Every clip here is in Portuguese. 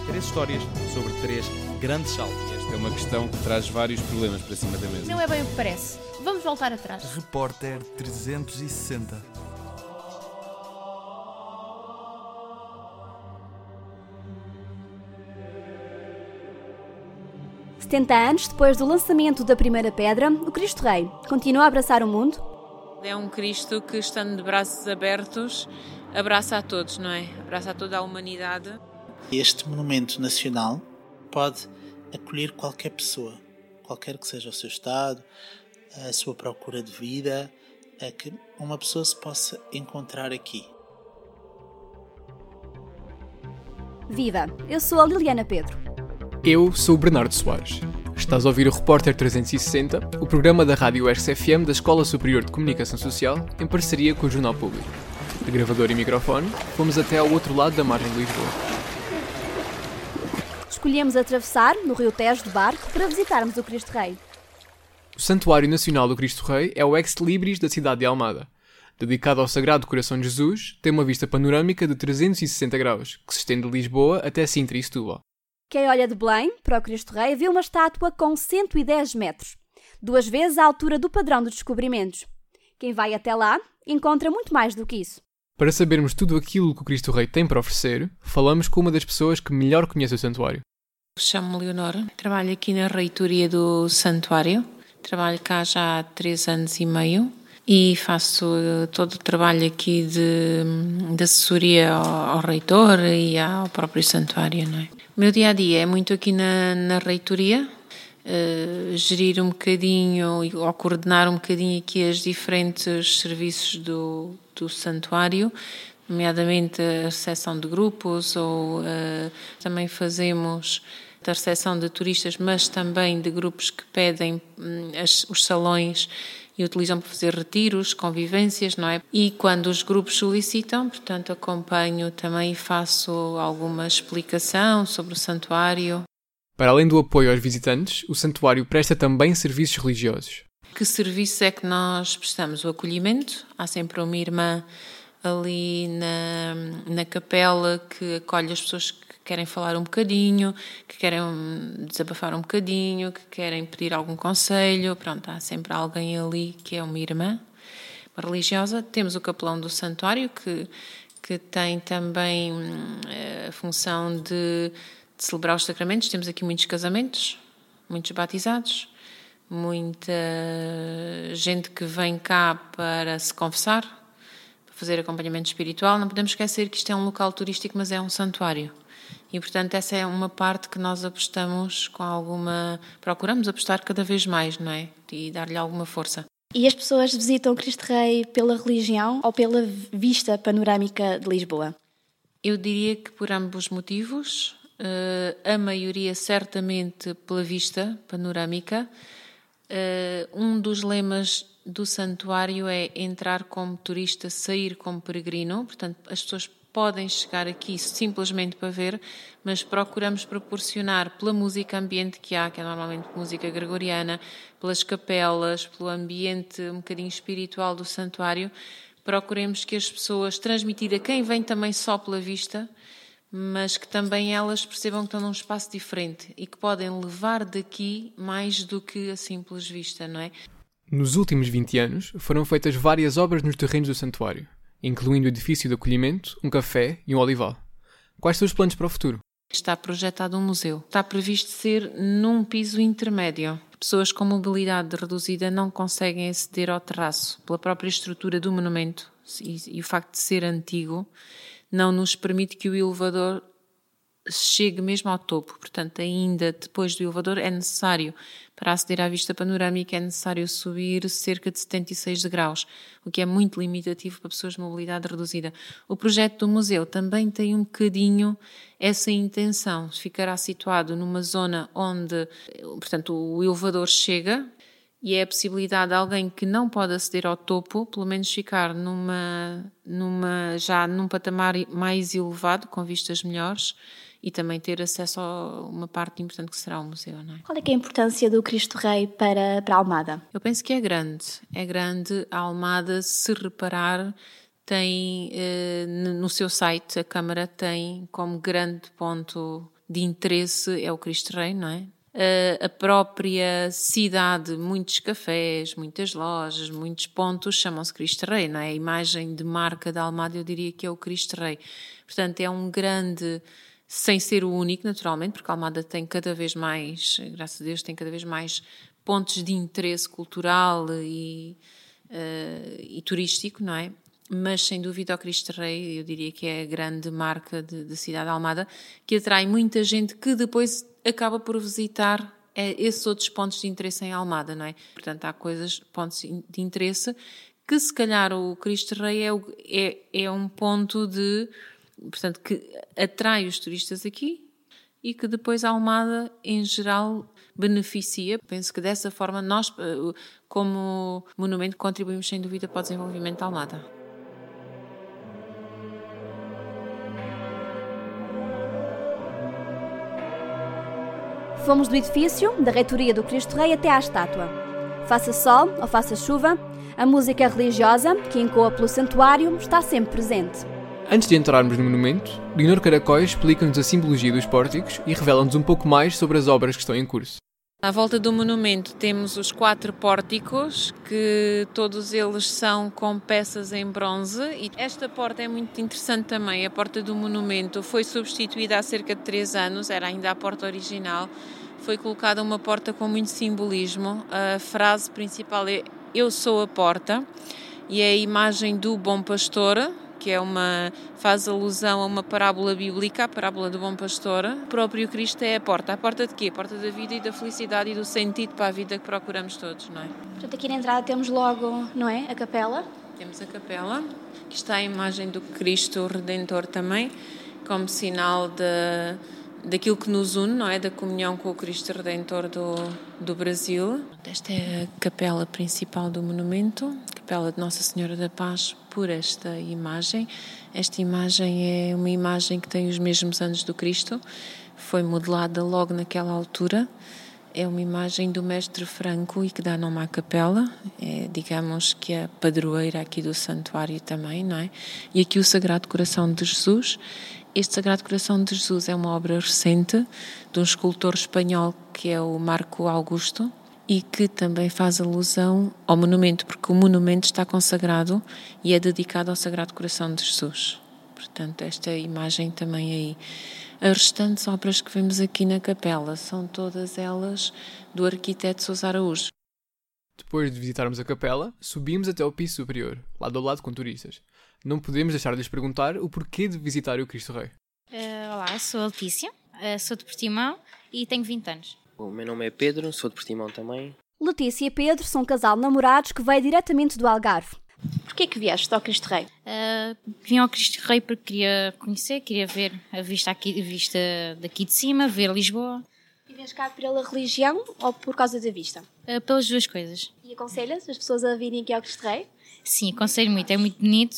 3 histórias sobre 3 grandes saltos. Esta é uma questão que traz vários problemas para cima da mesa. Não é bem o que parece. Vamos voltar atrás. Repórter 360. Anos depois do lançamento da primeira pedra, o Cristo Rei continua a abraçar o mundo? É um Cristo que, estando de braços abertos, abraça a todos, não é? Abraça a toda a humanidade. Este monumento nacional pode acolher qualquer pessoa, qualquer que seja o seu estado, a sua procura de vida, a que uma pessoa se possa encontrar aqui. Viva! Eu sou a Liliana Pedro. Eu sou o Bernardo Soares. Estás a ouvir o Repórter 360, o programa da Rádio RCFM da Escola Superior de Comunicação Social, em parceria com o Jornal Público. De gravador e microfone, fomos até ao outro lado da margem de Lisboa. Escolhemos atravessar, no Rio Tejo de barco, para visitarmos o Cristo Rei. O Santuário Nacional do Cristo Rei é o ex-libris da cidade de Almada. Dedicado ao Sagrado Coração de Jesus, tem uma vista panorâmica de 360 graus, que se estende de Lisboa até Sintra e Setúbal. Quem olha de Belém para o Cristo Rei vê uma estátua com 110 metros, 2 vezes a altura do padrão dos descobrimentos. Quem vai até lá encontra muito mais do que isso. Para sabermos tudo aquilo que o Cristo Rei tem para oferecer, falamos com uma das pessoas que melhor conhece o santuário. Chamo-me Leonora, trabalho aqui na reitoria do santuário, trabalho cá já há 3 anos e meio e faço todo o trabalho aqui de assessoria ao reitor e ao próprio santuário, não é? O meu dia-a-dia é muito aqui na reitoria, gerir um bocadinho ou coordenar um bocadinho aqui os diferentes serviços do santuário, nomeadamente a recepção de grupos ou também fazemos a recepção de turistas, mas também de grupos que pedem os salões e utilizam para fazer retiros, convivências, não é? E quando os grupos solicitam, portanto, acompanho também e faço alguma explicação sobre o santuário. Para além do apoio aos visitantes, o santuário presta também serviços religiosos. Que serviço é que nós prestamos? O acolhimento. Há sempre uma irmã ali na capela que acolhe as pessoas que querem falar um bocadinho, que querem desabafar um bocadinho, que querem pedir algum conselho. Pronto, há sempre alguém ali que é uma irmã, uma religiosa. Temos o capelão do santuário que tem também a função de celebrar os sacramentos. Temos aqui muitos casamentos, muitos batizados, muita gente que vem cá para se confessar, para fazer acompanhamento espiritual. Não podemos esquecer que isto é um local turístico, mas é um santuário. E, portanto, essa é uma parte que nós apostamos procuramos apostar cada vez mais, não é? E dar-lhe alguma força. E as pessoas visitam o Cristo Rei pela religião ou pela vista panorâmica de Lisboa? Eu diria que por ambos motivos. A maioria certamente pela vista panorâmica. Um dos lemas do santuário é entrar como turista, sair como peregrino. Portanto, as pessoas podem chegar aqui simplesmente para ver, mas procuramos proporcionar pela música ambiente que há, que é normalmente música gregoriana, pelas capelas, pelo ambiente um bocadinho espiritual do santuário, procuremos que as pessoas, transmitir a quem vem também só pela vista, mas que também elas percebam que estão num espaço diferente e que podem levar daqui mais do que a simples vista, não é? Nos últimos 20 anos, foram feitas várias obras nos terrenos do santuário, incluindo o edifício de acolhimento, um café e um olival. Quais são os planos para o futuro? Está projetado um museu. Está previsto ser num piso intermédio. Pessoas com mobilidade reduzida não conseguem aceder ao terraço pela própria estrutura do monumento e o facto de ser antigo não nos permite que o elevador chegue mesmo ao topo. Portanto, ainda depois do elevador é necessário, para aceder à vista panorâmica, é necessário subir cerca de 76 degraus, o que é muito limitativo para pessoas de mobilidade reduzida. O projeto do museu também tem um bocadinho essa intenção. Ficará situado numa zona onde, portanto, o elevador chega e é a possibilidade de alguém que não pode aceder ao topo, pelo menos ficar já num patamar mais elevado, com vistas melhores, e também ter acesso a uma parte importante que será o museu, não é? Qual é que é a importância do Cristo Rei para a Almada? Eu penso que é grande. É grande. A Almada, se reparar, tem no seu site, a Câmara tem como grande ponto de interesse é o Cristo Rei, não é? A própria cidade, muitos cafés, muitas lojas, muitos pontos chamam-se Cristo Rei, não é? A imagem de marca da Almada eu diria que é o Cristo Rei. Portanto, é um grande, sem ser o único, naturalmente, porque a Almada tem cada vez mais, graças a Deus, tem cada vez mais pontos de interesse cultural e turístico, não é? Mas, sem dúvida, o Cristo Rei, eu diria que é a grande marca da cidade de Almada, que atrai muita gente que depois acaba por visitar esses outros pontos de interesse em Almada, não é? Portanto, há pontos de interesse que, se calhar, o Cristo Rei é um ponto portanto, que atrai os turistas aqui e que depois a Almada, em geral, beneficia. Penso que dessa forma nós, como monumento, contribuímos sem dúvida para o desenvolvimento da Almada. Fomos do edifício, da reitoria do Cristo Rei até à estátua. Faça sol ou faça chuva, a música religiosa, que ecoa pelo santuário, está sempre presente. Antes de entrarmos no monumento, Leonor Caracóis explica-nos a simbologia dos pórticos e revela-nos um pouco mais sobre as obras que estão em curso. À volta do monumento temos os 4 pórticos, que todos eles são com peças em bronze. E esta porta é muito interessante também. A porta do monumento foi substituída há cerca de 3 anos, era ainda a porta original. Foi colocada uma porta com muito simbolismo. A frase principal é "Eu sou a porta", e é a imagem do bom pastor, que faz alusão a uma parábola bíblica, a parábola do bom pastor. O próprio Cristo é a porta. A porta de quê? A porta da vida e da felicidade e do sentido para a vida que procuramos todos, não é? Portanto, aqui na entrada temos logo, não é, a capela. Temos a capela, que está a imagem do Cristo Redentor também, como sinal daquilo que nos une, não é? Da comunhão com o Cristo Redentor do Brasil. Esta é a capela principal do monumento, capela de Nossa Senhora da Paz, por esta imagem. Esta imagem é uma imagem que tem os mesmos anos do Cristo, foi modelada logo naquela altura. É uma imagem do mestre Franco e que dá nome à capela. É, digamos que a padroeira aqui do santuário também, não é? E aqui o Sagrado Coração de Jesus. Este Sagrado Coração de Jesus é uma obra recente de um escultor espanhol que é o Marco Augusto e que também faz alusão ao monumento, porque o monumento está consagrado e é dedicado ao Sagrado Coração de Jesus. Portanto, esta imagem também aí. As restantes obras que vemos aqui na capela são todas elas do arquiteto Sousa Araújo. Depois de visitarmos a capela, subimos até ao piso superior, lado a lado com turistas. Não podemos deixar de lhes perguntar o porquê de visitar o Cristo Rei. Olá, sou a Letícia, sou de Portimão e tenho 20 anos. O meu nome é Pedro, sou de Portimão também. Letícia e Pedro são um casal de namorados que veio diretamente do Algarve. Porquê que vieste ao Cristo Rei? Vim ao Cristo Rei porque queria conhecer, queria ver a vista daqui de cima, ver Lisboa. E vieste cá pela religião ou por causa da vista? Pelas duas coisas. E aconselhas as pessoas a virem aqui ao Cristo Rei? Sim, aconselho muito, é muito bonito.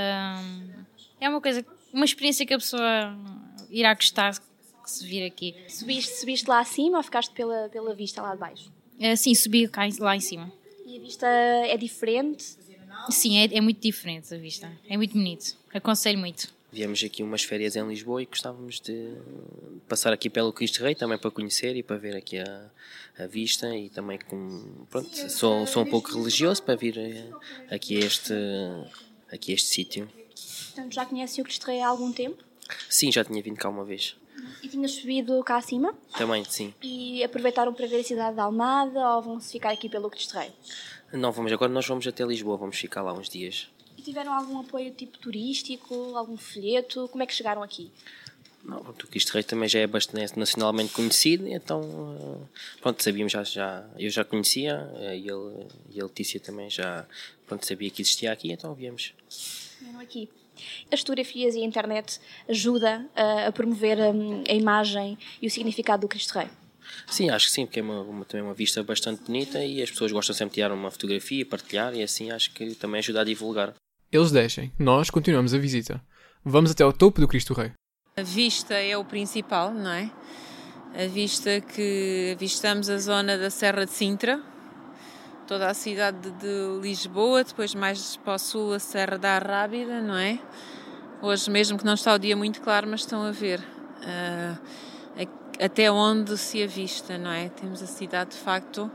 É uma experiência que a pessoa irá gostar se vir aqui. Subiste lá acima ou ficaste pela vista lá de baixo? Sim, subi lá em cima. E a vista é diferente? Sim, é muito diferente a vista. É muito bonito. Aconselho muito. Viemos aqui umas férias em Lisboa e gostávamos de passar aqui pelo Cristo Rei também para conhecer e para ver aqui a vista e também sou um pouco religioso para vir aqui a este sítio. Portanto, já conhece o Cristo Rei há algum tempo? Sim, já tinha vindo cá uma vez. E tinhas subido cá acima? Também, sim. E aproveitaram para ver a cidade de Almada ou vão-se ficar aqui pelo Cristo Rei? Não, agora nós vamos até Lisboa, vamos ficar lá uns dias. E tiveram algum apoio tipo turístico, algum folheto? Como é que chegaram aqui? Não, o Cristo Rei também já é bastante nacionalmente conhecido, então sabíamos eu já conhecia e a Letícia também já sabia que existia aqui, então viemos. Vieram aqui. As fotografias e a internet ajuda a promover a imagem e o significado do Cristo Rei? Sim, acho que sim, porque é também uma vista bastante bonita e as pessoas gostam sempre de tirar uma fotografia e partilhar e assim acho que também ajuda a divulgar. Eles deixem, nós continuamos a visita. Vamos até ao topo do Cristo Rei. A vista é o principal, não é? A vista que avistamos a zona da Serra de Sintra, toda a cidade de Lisboa, depois mais para o sul a Serra da Arrábida, não é? Hoje mesmo que não está o dia muito claro, mas estão a ver. até onde se avista, não é? Temos a cidade, de facto,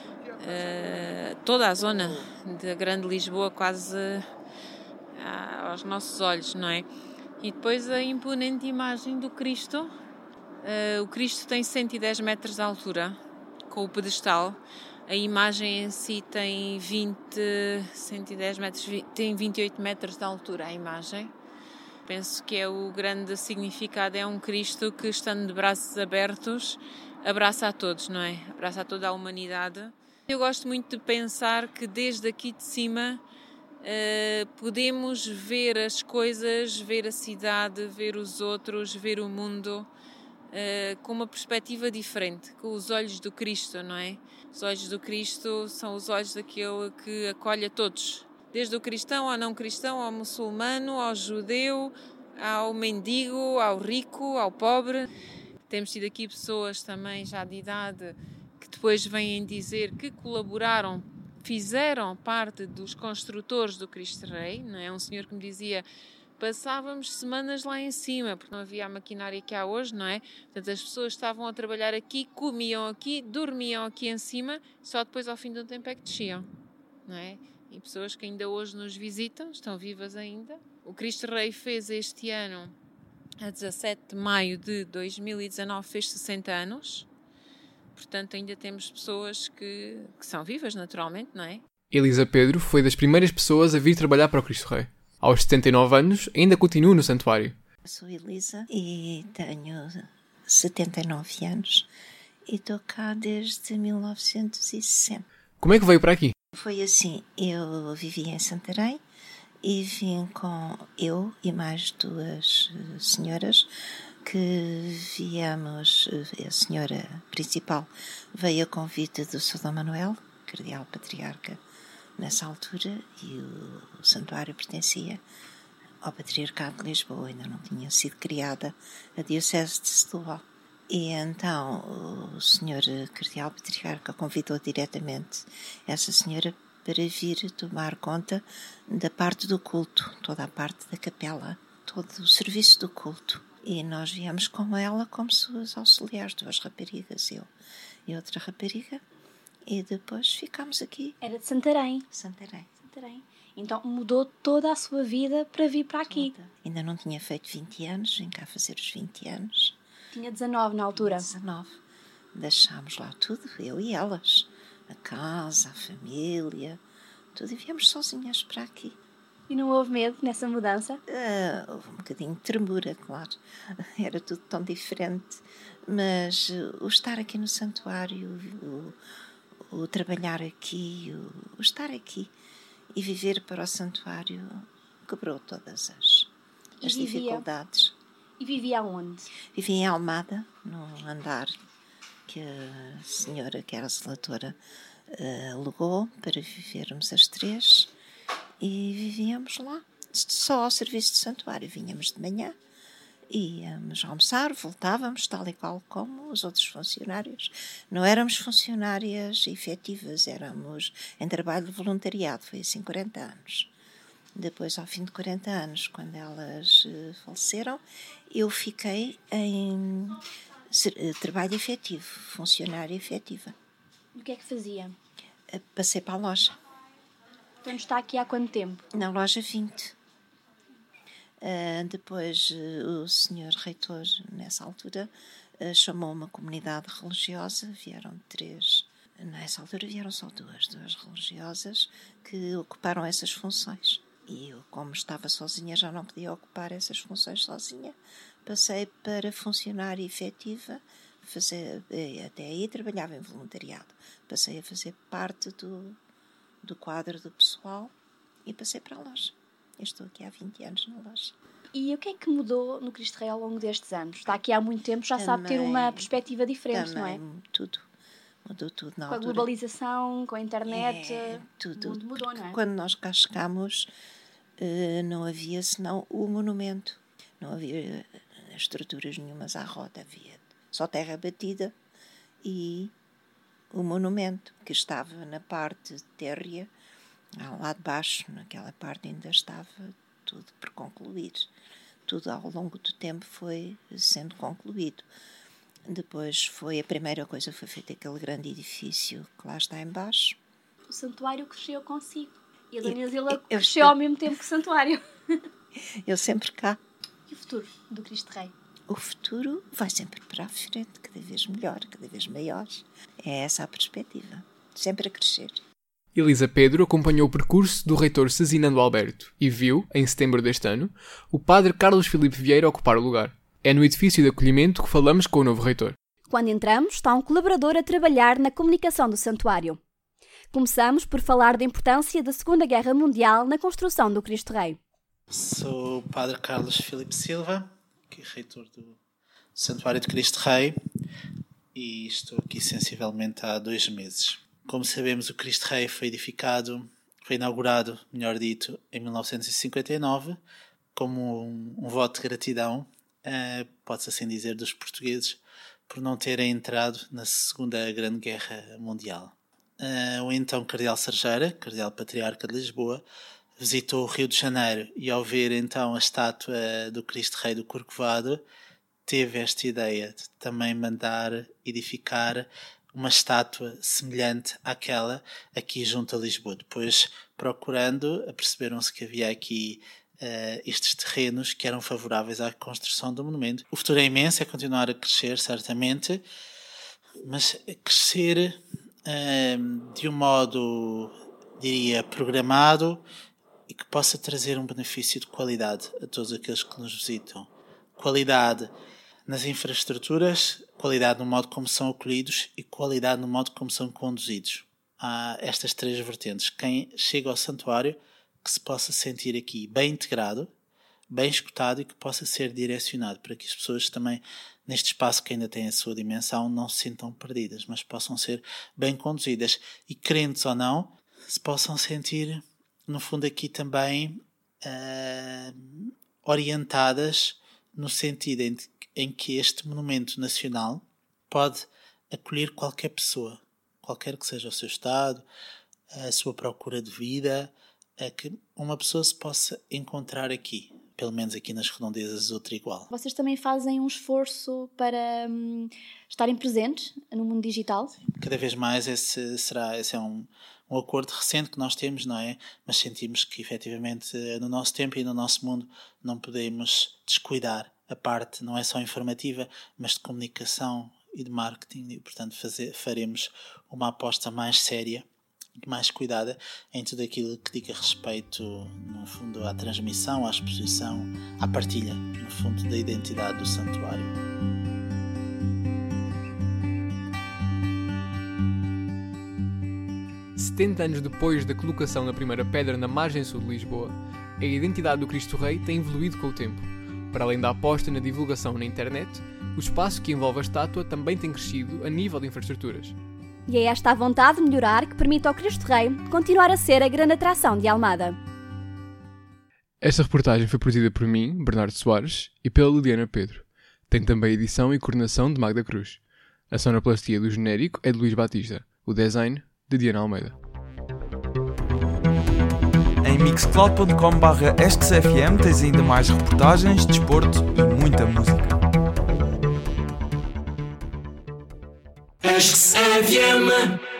toda a zona da Grande Lisboa quase aos nossos olhos, não é? E depois a imponente imagem do Cristo. O Cristo tem 110 metros de altura, com o pedestal. A imagem em si tem 110 metros, tem 28 metros de altura, a imagem. Penso que é o grande significado, é um Cristo que, estando de braços abertos, abraça a todos, não é? Abraça a toda a humanidade. Eu gosto muito de pensar que desde aqui de cima podemos ver as coisas, ver a cidade, ver os outros, ver o mundo com uma perspectiva diferente, com os olhos do Cristo, não é? Os olhos do Cristo são os olhos daquele que acolhe a todos, desde o cristão ao não cristão, ao muçulmano, ao judeu, ao mendigo, ao rico, ao pobre. Temos tido aqui pessoas também já de idade que depois vêm dizer que colaboraram, fizeram parte dos construtores do Cristo Rei, não é? Um senhor que me dizia: passávamos semanas lá em cima, porque não havia a maquinária que há hoje, não é? Portanto, as pessoas estavam a trabalhar aqui, comiam aqui, dormiam aqui em cima, só depois ao fim de um tempo é que desciam, não é? E pessoas que ainda hoje nos visitam, estão vivas ainda. O Cristo Rei fez este ano, a 17 de maio de 2019, fez 60 anos. Portanto, ainda temos pessoas que são vivas, naturalmente, não é? Elisa Pedro foi das primeiras pessoas a vir trabalhar para o Cristo Rei. Aos 79 anos, ainda continua no santuário. Sou Elisa e tenho 79 anos e estou cá desde 1960. Como é que veio para aqui? Foi assim, eu vivia em Santarém e vim com eu e mais duas senhoras que viemos. A senhora principal veio a convite do Sr. Dom Manuel, cardeal patriarca nessa altura, e o santuário pertencia ao Patriarcado de Lisboa, ainda não tinha sido criada a Diocese de Setúbal. E então o senhor cardeal patriarca convidou diretamente essa senhora para vir tomar conta da parte do culto, toda a parte da capela, todo o serviço do culto. E nós viemos com ela como suas auxiliares, duas raparigas, eu e outra rapariga, e depois ficámos aqui. Era de Santarém. Santarém. Então mudou toda a sua vida para vir para aqui. Ainda não tinha feito 20 anos, vim cá fazer os 20 anos. Tinha 19 na altura. 19. Deixámos lá tudo, eu e elas. A casa, a família, tudo. E viemos sozinhas para aqui. E não houve medo nessa mudança? Houve um bocadinho de tremura, claro. Era tudo tão diferente. Mas o estar aqui no santuário, o trabalhar aqui, o estar aqui e viver para o santuário quebrou todas as dificuldades. E vivia onde? Vivia em Almada, num andar que a senhora, que era a zelatora, alugou para vivermos as três, e vivíamos lá, só ao serviço de santuário. Vinhamos de manhã, íamos almoçar, voltávamos, tal e qual como os outros funcionários. Não éramos funcionárias efetivas, éramos em trabalho de voluntariado, foi assim 40 anos. Depois, ao fim de 40 anos, quando elas faleceram, eu fiquei em trabalho efetivo, funcionária efetiva. E o que é que fazia? Passei para a loja. Então está aqui há quanto tempo? Na loja 20. Depois o senhor reitor, nessa altura, chamou uma comunidade religiosa, vieram 3. Nessa altura vieram só duas religiosas que ocuparam essas funções. E eu, como estava sozinha, já não podia ocupar essas funções sozinha. Passei para funcionária efetiva, até aí trabalhava em voluntariado. Passei a fazer parte do quadro do pessoal e passei para a loja. Eu estou aqui há 20 anos na loja. E o que é que mudou no Cristo Rei ao longo destes anos? Está aqui há muito tempo, já sabe ter uma perspectiva diferente, não é? Tudo. Mudou tudo na altura. Com a globalização, com a internet, tudo. O mundo mudou, não é? Quando nós cá chegámos, não havia senão o monumento. Não havia estruturas nenhumas à roda, havia só terra batida e o monumento, que estava na parte térrea, lá de baixo, naquela parte ainda estava tudo por concluir. Tudo ao longo do tempo foi sendo concluído. Depois a primeira coisa foi feito aquele grande edifício que lá está em baixo. O santuário cresceu consigo. E a Dona Zila cresceu ao mesmo tempo que o santuário. Eu sempre cá. E o futuro do Cristo Rei? O futuro vai sempre para a frente, cada vez melhor, cada vez maior. É essa a perspectiva. Sempre a crescer. Elisa Pedro acompanhou o percurso do reitor Cezinando Alberto e viu, em setembro deste ano, o padre Carlos Filipe Vieira ocupar o lugar. É no edifício de acolhimento que falamos com o novo reitor. Quando entramos, está um colaborador a trabalhar na comunicação do santuário. Começamos por falar da importância da Segunda Guerra Mundial na construção do Cristo Rei. Sou o padre Carlos Filipe Silva, que é reitor do Santuário de Cristo Rei, e estou aqui sensivelmente há 2 meses. Como sabemos, o Cristo Rei foi inaugurado, melhor dito, em 1959, como um voto de gratidão, pode-se assim dizer, dos portugueses, por não terem entrado na Segunda Grande Guerra Mundial. O então Cardeal Serjeira, Cardeal Patriarca de Lisboa, visitou o Rio de Janeiro e, ao ver então a estátua do Cristo Rei do Corcovado, teve esta ideia de também mandar edificar uma estátua semelhante àquela aqui junto a Lisboa. Depois, procurando, aperceberam-se que havia aqui estes terrenos que eram favoráveis à construção do monumento. O futuro é imenso, é continuar a crescer, certamente, mas crescer de um modo, diria, programado e que possa trazer um benefício de qualidade a todos aqueles que nos visitam. Qualidade nas infraestruturas, qualidade no modo como são acolhidos e qualidade no modo como são conduzidos. Há estas 3 vertentes. Quem chega ao santuário que se possa sentir aqui bem integrado, bem escutado e que possa ser direcionado para que as pessoas também, neste espaço que ainda tem a sua dimensão, não se sintam perdidas, mas possam ser bem conduzidas e, crentes ou não, se possam sentir, no fundo, aqui também orientadas no sentido em que este monumento nacional pode acolher qualquer pessoa, qualquer que seja o seu estado, a sua procura de vida, que uma pessoa se possa encontrar aqui, pelo menos aqui nas redondezas do Trigual. Vocês também fazem um esforço para estarem presentes no mundo digital? Cada vez mais esse é um acordo recente que nós temos, não é? Mas sentimos que, efetivamente, no nosso tempo e no nosso mundo não podemos descuidar a parte, não é só informativa, mas de comunicação e de marketing, e, portanto, faremos uma aposta mais séria e mais cuidada em tudo aquilo que diga respeito, no fundo, à transmissão, à exposição, à partilha, no fundo, da identidade do santuário. "70 anos depois da colocação da primeira pedra na margem sul de Lisboa, a identidade do Cristo Rei tem evoluído com o tempo. Para além da aposta na divulgação na internet, o espaço que envolve a estátua também tem crescido a nível de infraestruturas. E é esta a vontade de melhorar que permite ao Cristo Rei continuar a ser a grande atração de Almada." Esta reportagem foi produzida por mim, Bernardo Soares, e pela Liliana Pedro. Tem também edição e coordenação de Magda Cruz. A sonoplastia do genérico é de Luís Batista. O design, de Diana Almeida. Em mixcloud.com/esquecfm tens ainda mais reportagens, desporto e muita música. Esquecefm.